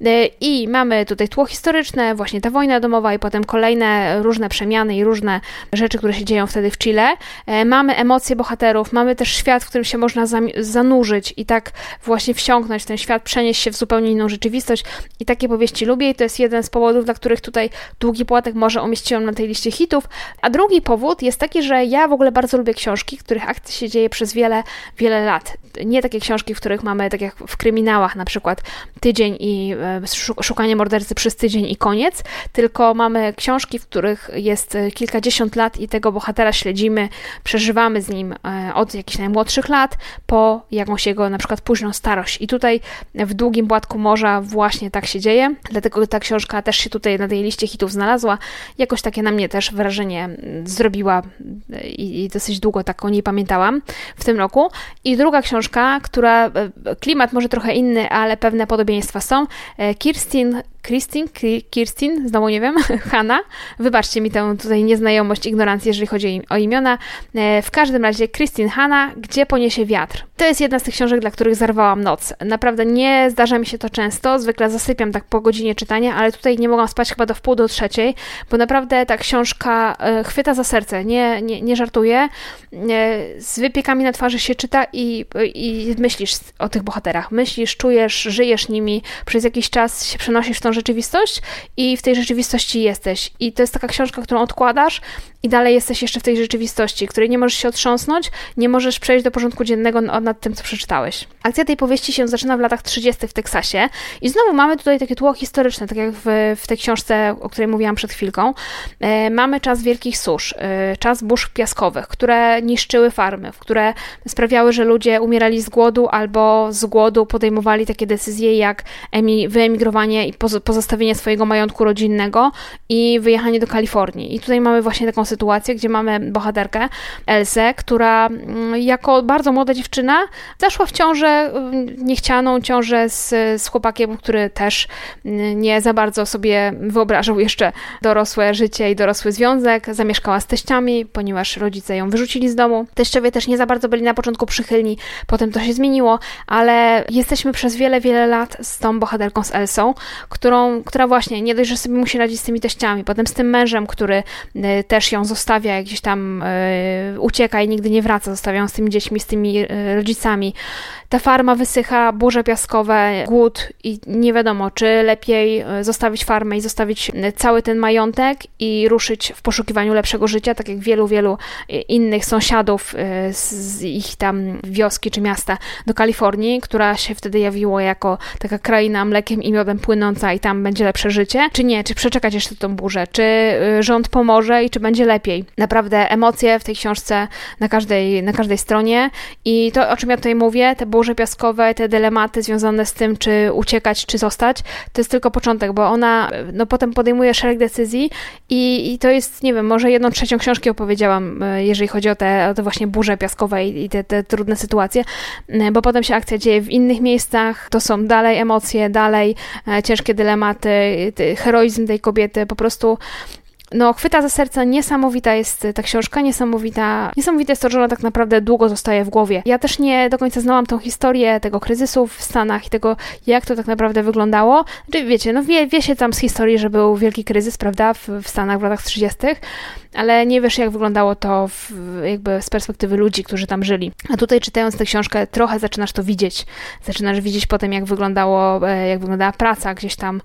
I mamy tutaj tło historyczne, właśnie ta wojna domowa i potem kolejne różne przemiany i różne rzeczy, które się dzieją wtedy w Chile. Mamy emocje bohaterów, mamy też świat, w którym się można zanurzyć i tak właśnie wsiąknąć w ten świat, przenieść się w zupełnie inną rzeczywistość i takie powieści lubię i to jest jeden z powodów, dla których tutaj Długi płatek może umieściłam na tej liście hitów. A drugi powód jest taki, że ja w ogóle bardzo lubię książki, których akcja się dzieje przez wiele, wiele lat. Nie takie książki, w których mamy, tak jak w kryminałach na przykład, tydzień i szukanie mordercy przez tydzień i koniec, tylko mamy książki, w których jest kilkadziesiąt lat i tego bohatera śledzimy, przeżywamy z nim od jakichś najmłodszych lat po jakąś jego na przykład późną starość. I tutaj w Długim płatku morza właśnie tak się dzieje, dlatego ta książka też się tutaj na tej liście hitów znalazła. Jakoś takie na mnie też wrażenie zrobiła i, i dosyć długo tak o niej pamiętałam w tym roku. I druga książka, która klimat może trochę inny, ale pewne podobieństwa są. Kirstin Kirstin, Kirstin, znowu nie wiem, Hanna. Wybaczcie mi tę tutaj nieznajomość, ignorancję, jeżeli chodzi o imiona. W każdym razie Kirstin Hanna, Gdzie poniesie wiatr. To jest jedna z tych książek, dla których zarwałam noc. Naprawdę nie zdarza mi się to często, zwykle zasypiam tak po godzinie czytania, ale tutaj nie mogłam spać chyba do wpół do trzeciej, bo naprawdę ta książka chwyta za serce, nie, nie, nie żartuję. Z wypiekami na twarzy się czyta i, i myślisz o tych bohaterach. Myślisz, czujesz, żyjesz nimi, przez jakiś czas się przenosisz w tą rzeczywistość i w tej rzeczywistości jesteś. I to jest taka książka, którą odkładasz i dalej jesteś jeszcze w tej rzeczywistości, której nie możesz się otrząsnąć, nie możesz przejść do porządku dziennego nad tym, co przeczytałeś. Akcja tej powieści się zaczyna w latach trzydziestych w Teksasie i znowu mamy tutaj takie tło historyczne, tak jak w, w tej książce, o której mówiłam przed chwilką. E, mamy czas wielkich susz, e, czas burz piaskowych, które niszczyły farmy, które sprawiały, że ludzie umierali z głodu albo z głodu podejmowali takie decyzje jak emi, wyemigrowanie i poz, pozostawienie swojego majątku rodzinnego i wyjechanie do Kalifornii. I tutaj mamy właśnie taką sytuację, gdzie mamy bohaterkę Elsę, która jako bardzo młoda dziewczyna zaszła w ciążę, niechcianą ciążę z, z chłopakiem, który też nie za bardzo sobie wyobrażał jeszcze dorosłe życie i dorosły związek. Zamieszkała z teściami, ponieważ rodzice ją wyrzucili z domu. Teściowie też nie za bardzo byli na początku przychylni, potem to się zmieniło, ale jesteśmy przez wiele, wiele lat z tą bohaterką, z Elsą, którą, która właśnie nie dość, że sobie musi radzić z tymi teściami, potem z tym mężem, który y, też ją zostawia, gdzieś tam y, ucieka i nigdy nie wraca, zostawia ją z tymi dziećmi, z tymi y, rodzicami. Ta farma wysycha, burze piaskowe, głód i nie wiadomo, czy lepiej zostawić farmę i zostawić cały ten majątek i ruszyć w poszukiwaniu lepszego życia, tak jak wielu, wielu innych sąsiadów z ich tam wioski czy miasta do Kalifornii, która się wtedy jawiło jako taka kraina mlekiem i miodem płynąca i tam będzie lepsze życie, czy nie, czy przeczekać jeszcze tą burzę, czy rząd pomoże i czy będzie lepiej. Naprawdę emocje w tej książce na każdej, na każdej stronie i to, o czym ja tutaj mówię, te burze piaskowe, te dylematy związane z tym, czy uciekać, czy zostać, to jest tylko początek, bo ona no, potem podejmuje szereg decyzji i, i to jest, nie wiem, może jedną trzecią książki opowiedziałam, jeżeli chodzi o te, o te właśnie burze piaskowe i, i te, te trudne sytuacje, bo potem się akcja dzieje w innych miejscach, to są dalej emocje, dalej e, ciężkie dylematy, heroizm tej kobiety, po prostu no, chwyta za serce, niesamowita jest ta książka, niesamowita, niesamowite jest to, że ona tak naprawdę długo zostaje w głowie. Ja też nie do końca znałam tą historię tego kryzysu w Stanach i tego, jak to tak naprawdę wyglądało. Znaczy, wiecie, no wie, wie się tam z historii, że był wielki kryzys, prawda, w, w Stanach w latach trzydziestych, ale nie wiesz, jak wyglądało to w, jakby z perspektywy ludzi, którzy tam żyli. A tutaj czytając tę książkę, trochę zaczynasz to widzieć. Zaczynasz widzieć potem, jak wyglądało, jak wyglądała praca gdzieś tam,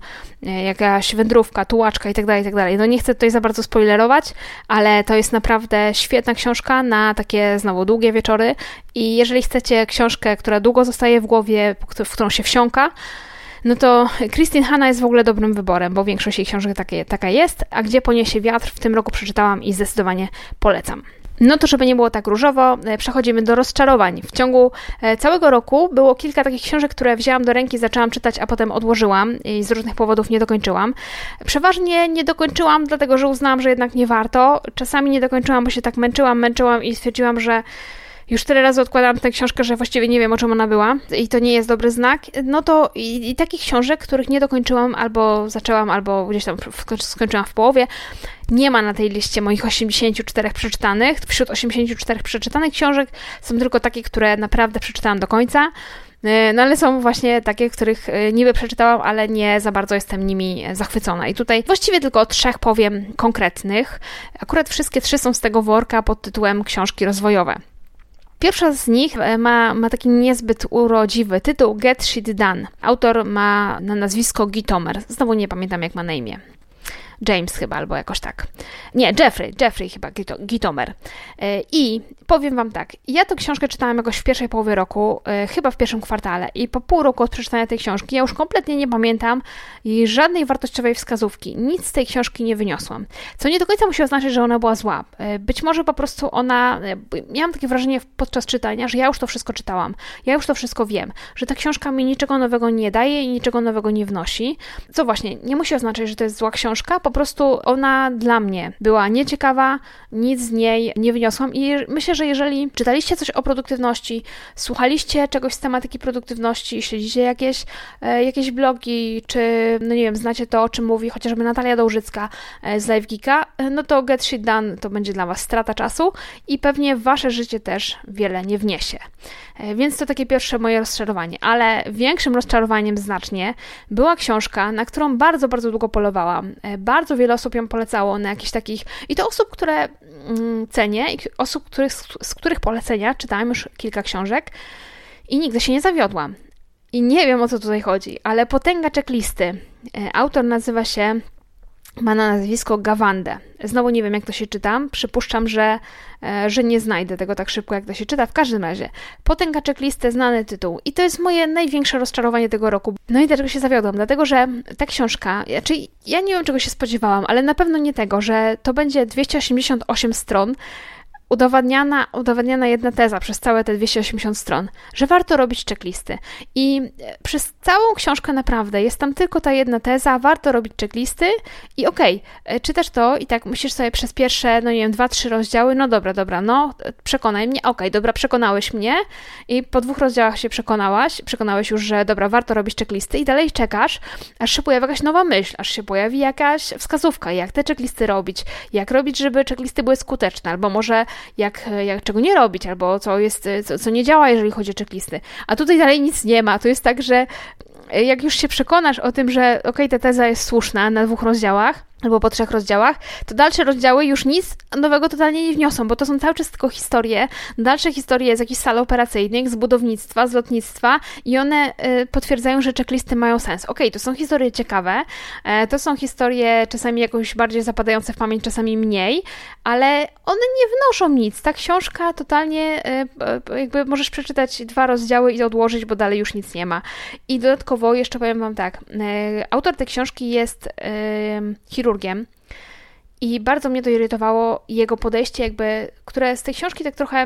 jakaś wędrówka, tułaczka i tak dalej, i tak dalej. No nie chcę tutaj za bardzo spoilerować, ale to jest naprawdę świetna książka na takie znowu długie wieczory i jeżeli chcecie książkę, która długo zostaje w głowie, w którą się wsiąka, no to Kristin Hanna jest w ogóle dobrym wyborem, bo większość jej książek takie, taka jest, a Gdzie poniesie wiatr w tym roku przeczytałam i zdecydowanie polecam. No to żeby nie było tak różowo, przechodzimy do rozczarowań. W ciągu całego roku było kilka takich książek, które wzięłam do ręki, zaczęłam czytać, a potem odłożyłam i z różnych powodów nie dokończyłam. Przeważnie nie dokończyłam, dlatego że uznałam, że jednak nie warto. Czasami nie dokończyłam, bo się tak męczyłam, męczyłam i stwierdziłam, że już tyle razy odkładałam tę książkę, że właściwie nie wiem, o czym ona była i to nie jest dobry znak, no to i, i takich książek, których nie dokończyłam, albo zaczęłam, albo gdzieś tam skończyłam w połowie, nie ma na tej liście moich osiemdziesięciu czterech przeczytanych. Wśród osiemdziesięciu czterech przeczytanych książek są tylko takie, które naprawdę przeczytałam do końca. No ale są właśnie takie, których niby przeczytałam, ale nie za bardzo jestem nimi zachwycona. I tutaj właściwie tylko o trzech powiem konkretnych. Akurat wszystkie trzy są z tego worka pod tytułem książki rozwojowe. Pierwsza z nich ma, ma taki niezbyt urodziwy tytuł Get Shit Done. Autor ma na nazwisko Guy Tomer. Znowu nie pamiętam, jak ma na imię. James chyba, albo jakoś tak. Nie, Jeffrey, Jeffrey chyba, Guy Tomer. I powiem wam tak, ja tę książkę czytałam jakoś w pierwszej połowie roku, chyba w pierwszym kwartale i po pół roku od przeczytania tej książki ja już kompletnie nie pamiętam jej żadnej wartościowej wskazówki. Nic z tej książki nie wyniosłam. Co nie do końca musi oznaczać, że ona była zła. Być może po prostu ona, miałam takie wrażenie podczas czytania, że ja już to wszystko czytałam. Ja już to wszystko wiem, że ta książka mi niczego nowego nie daje i niczego nowego nie wnosi. Co właśnie, nie musi oznaczać, że to jest zła książka, po prostu ona dla mnie była nieciekawa, nic z niej nie wyniosłam i myślę, że jeżeli czytaliście coś o produktywności, słuchaliście czegoś z tematyki produktywności, śledzicie jakieś, e, jakieś blogi, czy no nie wiem, znacie to, o czym mówi chociażby Natalia Dołżycka e, z Live Geeka, e, no to Get Shit Done to będzie dla was strata czasu i pewnie w wasze życie też wiele nie wniesie. E, więc to takie pierwsze moje rozczarowanie, ale większym rozczarowaniem znacznie była książka, na którą bardzo, bardzo długo polowałam. E, bardzo wiele osób ją polecało na jakichś takich, i to osób, które mm, cenię, i osób, których, z, z których polecenia czytałam już kilka książek i nigdy się nie zawiodłam. I nie wiem, o co tutaj chodzi, ale Potęga Checklisty. Autor nazywa się ma na nazwisko Gawande. Znowu nie wiem, jak to się czyta. Przypuszczam, że, że nie znajdę tego tak szybko, jak to się czyta. W każdym razie, Potęga Checklisty, znany tytuł. I to jest moje największe rozczarowanie tego roku. No i dlaczego się zawiodłam? Dlatego, że ta książka, znaczy ja nie wiem, czego się spodziewałam, ale na pewno nie tego, że to będzie dwieście osiemdziesiąt osiem stron, udowadniana, udowadniana jedna teza przez całe te dwieście osiemdziesiąt stron, że warto robić checklisty. I przez całą książkę naprawdę jest tam tylko ta jedna teza, warto robić checklisty i okej, okay, czytasz to i tak myślisz sobie przez pierwsze, no nie wiem, dwa, trzy rozdziały, no dobra, dobra, no przekonaj mnie, okej, okay, dobra, przekonałeś mnie i po dwóch rozdziałach się przekonałaś, przekonałeś już, że dobra, warto robić checklisty i dalej czekasz, aż się pojawi jakaś nowa myśl, aż się pojawi jakaś wskazówka, jak te checklisty robić, jak robić, żeby checklisty były skuteczne, albo może Jak, jak czego nie robić, albo co jest, co, co nie działa, jeżeli chodzi o checklisty. A tutaj dalej nic nie ma. To jest tak, że jak już się przekonasz o tym, że okej, okay, ta teza jest słuszna na dwóch rozdziałach, albo po trzech rozdziałach, to dalsze rozdziały już nic nowego totalnie nie wniosą, bo to są cały czas tylko historie, dalsze historie z jakichś sal operacyjnych, z budownictwa, z lotnictwa i one y, potwierdzają, że checklisty mają sens. Okej, okay, to są historie ciekawe, y, to są historie czasami jakoś bardziej zapadające w pamięć, czasami mniej, ale one nie wnoszą nic. Ta książka totalnie y, y, jakby możesz przeczytać dwa rozdziały i odłożyć, bo dalej już nic nie ma. I dodatkowo jeszcze powiem wam tak, y, autor tej książki jest y, chirurgiem, i bardzo mnie to irytowało, jego podejście jakby, które z tej książki tak trochę,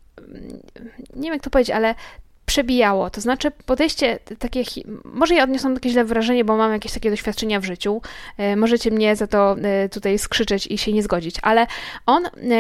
nie wiem jak to powiedzieć, ale przebijało, to znaczy podejście takie, może ja odniosłam takie źle wrażenie, bo mam jakieś takie doświadczenia w życiu, możecie mnie za to tutaj skrzyczeć i się nie zgodzić, ale on,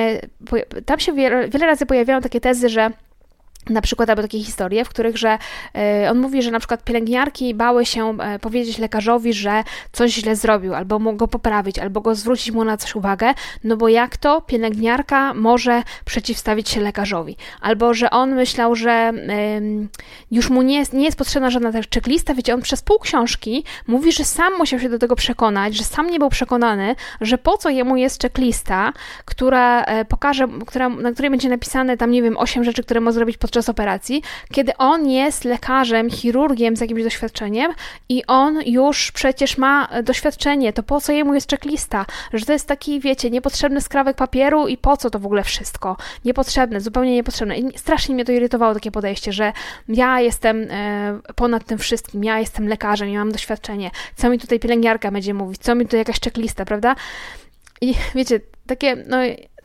tam się wiele, wiele razy pojawiają takie tezy, że na przykład albo takie historie, w których, że y, on mówi, że na przykład pielęgniarki bały się y, powiedzieć lekarzowi, że coś źle zrobił, albo mu go poprawić, albo go zwrócić mu na coś uwagę, no bo jak to pielęgniarka może przeciwstawić się lekarzowi? Albo, że on myślał, że y, już mu nie jest, nie jest potrzebna żadna checklista, wiecie, on przez pół książki mówi, że sam musiał się do tego przekonać, że sam nie był przekonany, że po co jemu jest checklista, która y, pokaże, która, na której będzie napisane tam, nie wiem, osiem rzeczy, które ma zrobić podczas operacji, kiedy on jest lekarzem, chirurgiem z jakimś doświadczeniem i on już przecież ma doświadczenie, to po co jemu jest checklista? Że to jest taki, wiecie, niepotrzebny skrawek papieru i po co to w ogóle wszystko? Niepotrzebne, zupełnie niepotrzebne. I strasznie mnie to irytowało, takie podejście, że ja jestem e, ponad tym wszystkim, ja jestem lekarzem, ja mam doświadczenie, co mi tutaj pielęgniarka będzie mówić, co mi tutaj jakaś checklista, prawda? I wiecie, takie, no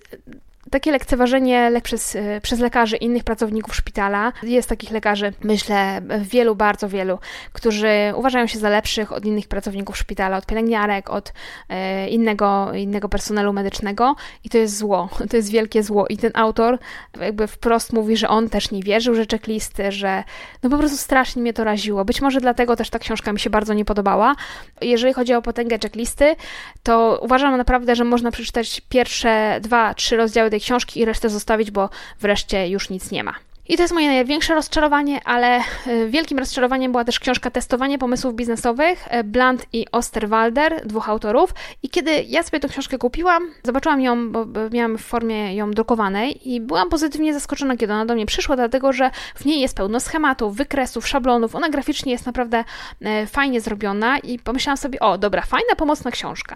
takie lekceważenie le- przez, przez lekarzy i innych pracowników szpitala. Jest takich lekarzy, myślę, wielu, bardzo wielu, którzy uważają się za lepszych od innych pracowników szpitala, od pielęgniarek, od e, innego, innego personelu medycznego i to jest zło, to jest wielkie zło i ten autor jakby wprost mówi, że on też nie wierzył, że checklisty, że no po prostu strasznie mnie to raziło. Być może dlatego też ta książka mi się bardzo nie podobała. Jeżeli chodzi o potęgę checklisty, to uważam naprawdę, że można przeczytać pierwsze dwa, trzy rozdziały tej książki i resztę zostawić, bo wreszcie już nic nie ma. I to jest moje największe rozczarowanie, ale wielkim rozczarowaniem była też książka Testowanie pomysłów biznesowych, Blunt i Osterwalder, dwóch autorów. I kiedy ja sobie tę książkę kupiłam, zobaczyłam ją, bo miałam w formie ją drukowanej i byłam pozytywnie zaskoczona, kiedy ona do mnie przyszła, dlatego że w niej jest pełno schematów, wykresów, szablonów. Ona graficznie jest naprawdę fajnie zrobiona i pomyślałam sobie, o dobra, fajna, pomocna książka.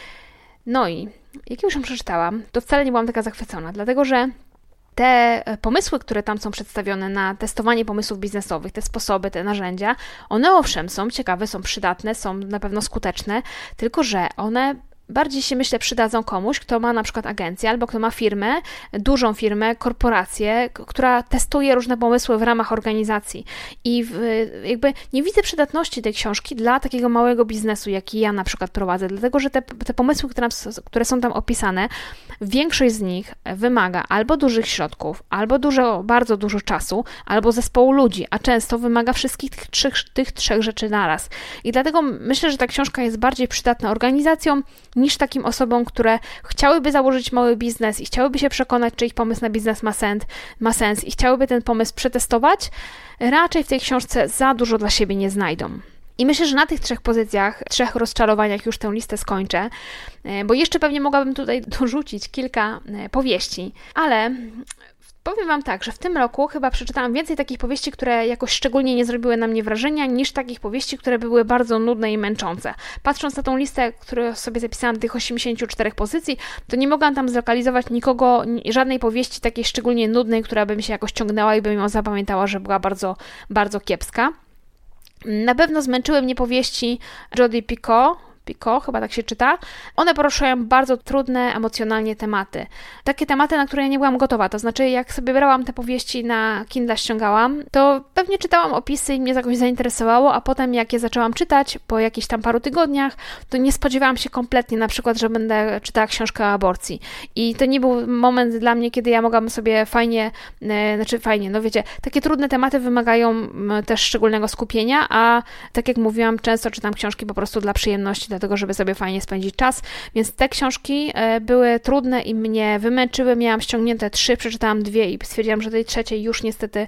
No i jak już ją przeczytałam, to wcale nie byłam taka zachwycona, dlatego że te pomysły, które tam są przedstawione na testowanie pomysłów biznesowych, te sposoby, te narzędzia, one owszem są ciekawe, są przydatne, są na pewno skuteczne, tylko że one bardziej się, myślę, przydadzą komuś, kto ma na przykład agencję albo kto ma firmę, dużą firmę, korporację, która testuje różne pomysły w ramach organizacji. I w, jakby nie widzę przydatności tej książki dla takiego małego biznesu, jaki ja na przykład prowadzę, dlatego że te, te pomysły, które, które są tam opisane, większość z nich wymaga albo dużych środków, albo dużo, bardzo dużo czasu, albo zespołu ludzi, a często wymaga wszystkich tych trzech, tych trzech rzeczy naraz. I dlatego myślę, że ta książka jest bardziej przydatna organizacjom, niż takim osobom, które chciałyby założyć mały biznes i chciałyby się przekonać, czy ich pomysł na biznes ma sens, ma sens i chciałyby ten pomysł przetestować, raczej w tej książce za dużo dla siebie nie znajdą. I myślę, że na tych trzech pozycjach, trzech rozczarowaniach już tę listę skończę, bo jeszcze pewnie mogłabym tutaj dorzucić kilka powieści, ale Powiem Wam tak, że w tym roku chyba przeczytałam więcej takich powieści, które jakoś szczególnie nie zrobiły na mnie wrażenia, niż takich powieści, które były bardzo nudne i męczące. Patrząc na tą listę, którą sobie zapisałam, tych osiemdziesięciu czterech pozycji, to nie mogłam tam zlokalizować nikogo, żadnej powieści takiej szczególnie nudnej, która by mi się jakoś ciągnęła i bym ją zapamiętała, że była bardzo, bardzo kiepska. Na pewno zmęczyły mnie powieści Jodi Picoult, Picoult, chyba tak się czyta. One poruszają bardzo trudne emocjonalnie tematy. Takie tematy, na które ja nie byłam gotowa. To znaczy, jak sobie brałam te powieści na Kindle, ściągałam, to pewnie czytałam opisy i mnie jakoś zainteresowało, a potem jak je zaczęłam czytać po jakichś tam paru tygodniach, to nie spodziewałam się kompletnie na przykład, że będę czytała książkę o aborcji. I to nie był moment dla mnie, kiedy ja mogłam sobie fajnie, e, znaczy fajnie, no wiecie, takie trudne tematy wymagają m, też szczególnego skupienia, a tak jak mówiłam, często czytam książki po prostu dla przyjemności, dlatego, żeby sobie fajnie spędzić czas, więc te książki były trudne i mnie wymęczyły, miałam ściągnięte trzy, przeczytałam dwie i stwierdziłam, że tej trzeciej już niestety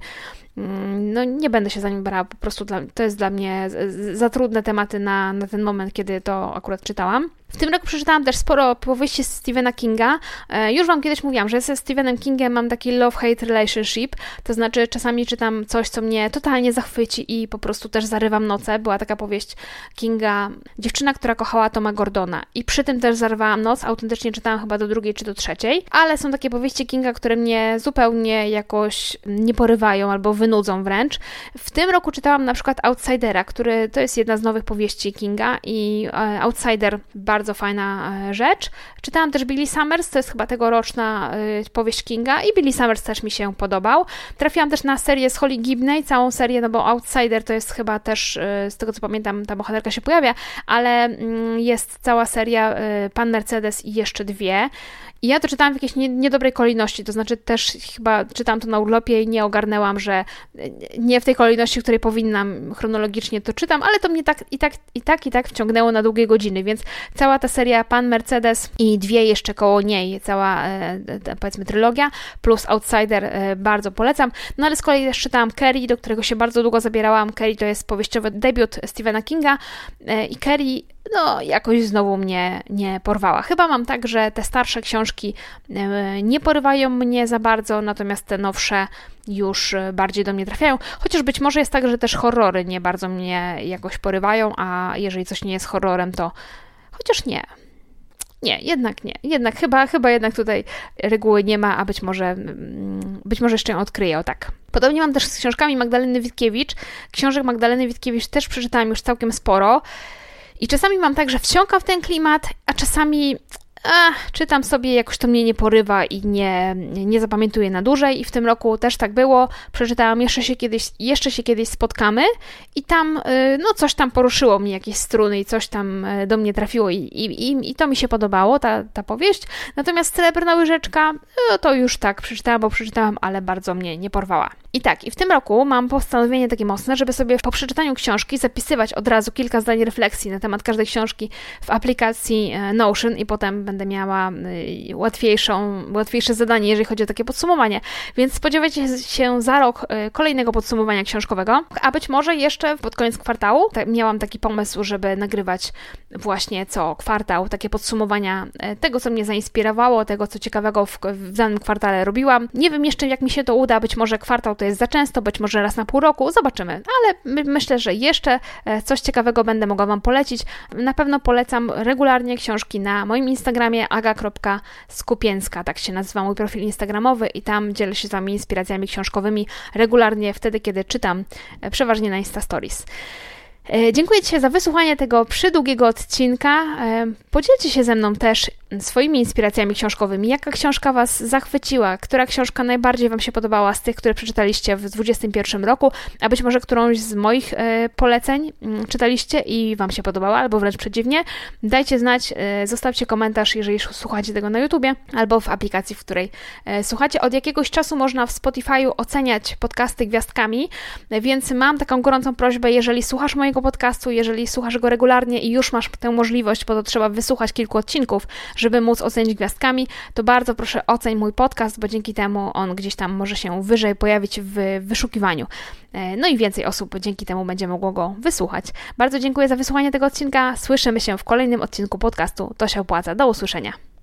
no nie będę się za nim brała, po prostu dla, to jest dla mnie za trudne tematy na, na ten moment, kiedy to akurat czytałam. W tym roku przeczytałam też sporo powieści Stephena Kinga. Już Wam kiedyś mówiłam, że ze Stephenem Kingiem mam taki love-hate relationship, to znaczy czasami czytam coś, co mnie totalnie zachwyci i po prostu też zarywam noce. Była taka powieść Kinga, Dziewczyna, która kochała Toma Gordona i przy tym też zarywałam noc, autentycznie czytałam chyba do drugiej czy do trzeciej, ale są takie powieści Kinga, które mnie zupełnie jakoś nie porywają albo wynudzą wręcz. W tym roku czytałam na przykład Outsidera, który to jest jedna z nowych powieści Kinga i Outsider bardzo fajna rzecz. Czytałam też Billy Summers, to jest chyba tegoroczna powieść Kinga i Billy Summers też mi się podobał. Trafiłam też na serię z Holly Gibney, całą serię, no bo Outsider to jest chyba też, z tego co pamiętam, ta bohaterka się pojawia, ale jest cała seria Pan Mercedes i jeszcze dwie. I ja to czytałam w jakiejś niedobrej kolejności, to znaczy też chyba czytałam to na urlopie i nie ogarnęłam, że nie w tej kolejności, w której powinnam chronologicznie to czytam, ale to mnie tak i tak i tak i tak wciągnęło na długie godziny, więc cała ta seria Pan Mercedes i dwie jeszcze koło niej, cała powiedzmy trylogia, plus Outsider bardzo polecam. No ale z kolei też czytałam Carrie, do którego się bardzo długo zabierałam. Carrie to jest powieściowy debiut Stephena Kinga i Carrie no jakoś znowu mnie nie porwała. Chyba mam tak, że te starsze książki nie porywają mnie za bardzo, natomiast te nowsze już bardziej do mnie trafiają. Chociaż być może jest tak, że też horrory nie bardzo mnie jakoś porywają, a jeżeli coś nie jest horrorem, to chociaż nie. Nie, jednak nie. Jednak chyba, chyba jednak tutaj reguły nie ma, a być może, być może jeszcze ją odkryję, o tak. Podobnie mam też z książkami Magdaleny Witkiewicz. Książek Magdaleny Witkiewicz też przeczytałam już całkiem sporo. I czasami mam tak, że wsiąkam w ten klimat, a czasami ach, czytam sobie, jakoś to mnie nie porywa i nie, nie zapamiętuję na dłużej. I w tym roku też tak było. Przeczytałam Jeszcze się kiedyś, jeszcze się kiedyś spotkamy i tam no coś tam poruszyło mnie, jakieś struny i coś tam do mnie trafiło i, i, i to mi się podobało, ta, ta powieść. Natomiast Srebrna łyżeczka, no to już tak przeczytałam, bo przeczytałam, ale bardzo mnie nie porwała. I tak, i w tym roku mam postanowienie takie mocne, żeby sobie po przeczytaniu książki zapisywać od razu kilka zdań refleksji na temat każdej książki w aplikacji Notion i potem będę miała łatwiejszą, łatwiejsze zadanie, jeżeli chodzi o takie podsumowanie. Więc spodziewajcie się za rok kolejnego podsumowania książkowego, a być może jeszcze pod koniec kwartału. Miałam taki pomysł, żeby nagrywać właśnie co kwartał takie podsumowania tego, co mnie zainspirowało, tego, co ciekawego w, w danym kwartale robiłam. Nie wiem jeszcze, jak mi się to uda, być może kwartał to jest za często, być może raz na pół roku, zobaczymy, ale my, myślę, że jeszcze coś ciekawego będę mogła Wam polecić. Na pewno polecam regularnie książki na moim Instagramie aga kropka skupieńska, tak się nazywa mój profil instagramowy i tam dzielę się z Wami inspiracjami książkowymi regularnie wtedy, kiedy czytam, przeważnie na Insta Stories. Dziękuję Ci za wysłuchanie tego przydługiego odcinka. Podzielcie się ze mną też swoimi inspiracjami książkowymi. Jaka książka Was zachwyciła? Która książka najbardziej Wam się podobała z tych, które przeczytaliście w dwudziestym pierwszym roku? A być może którąś z moich poleceń czytaliście i Wam się podobała, albo wręcz przeciwnie? Dajcie znać, zostawcie komentarz, jeżeli słuchacie tego na YouTubie, albo w aplikacji, w której słuchacie. Od jakiegoś czasu można w Spotify'u oceniać podcasty gwiazdkami, więc mam taką gorącą prośbę, jeżeli słuchasz mojego podcastu, jeżeli słuchasz go regularnie i już masz tę możliwość, bo to trzeba wysłuchać kilku odcinków, żeby móc ocenić gwiazdkami, to bardzo proszę oceń mój podcast, bo dzięki temu on gdzieś tam może się wyżej pojawić w wyszukiwaniu. No i więcej osób dzięki temu będzie mogło go wysłuchać. Bardzo dziękuję za wysłuchanie tego odcinka. Słyszymy się w kolejnym odcinku podcastu To się opłaca. Do usłyszenia.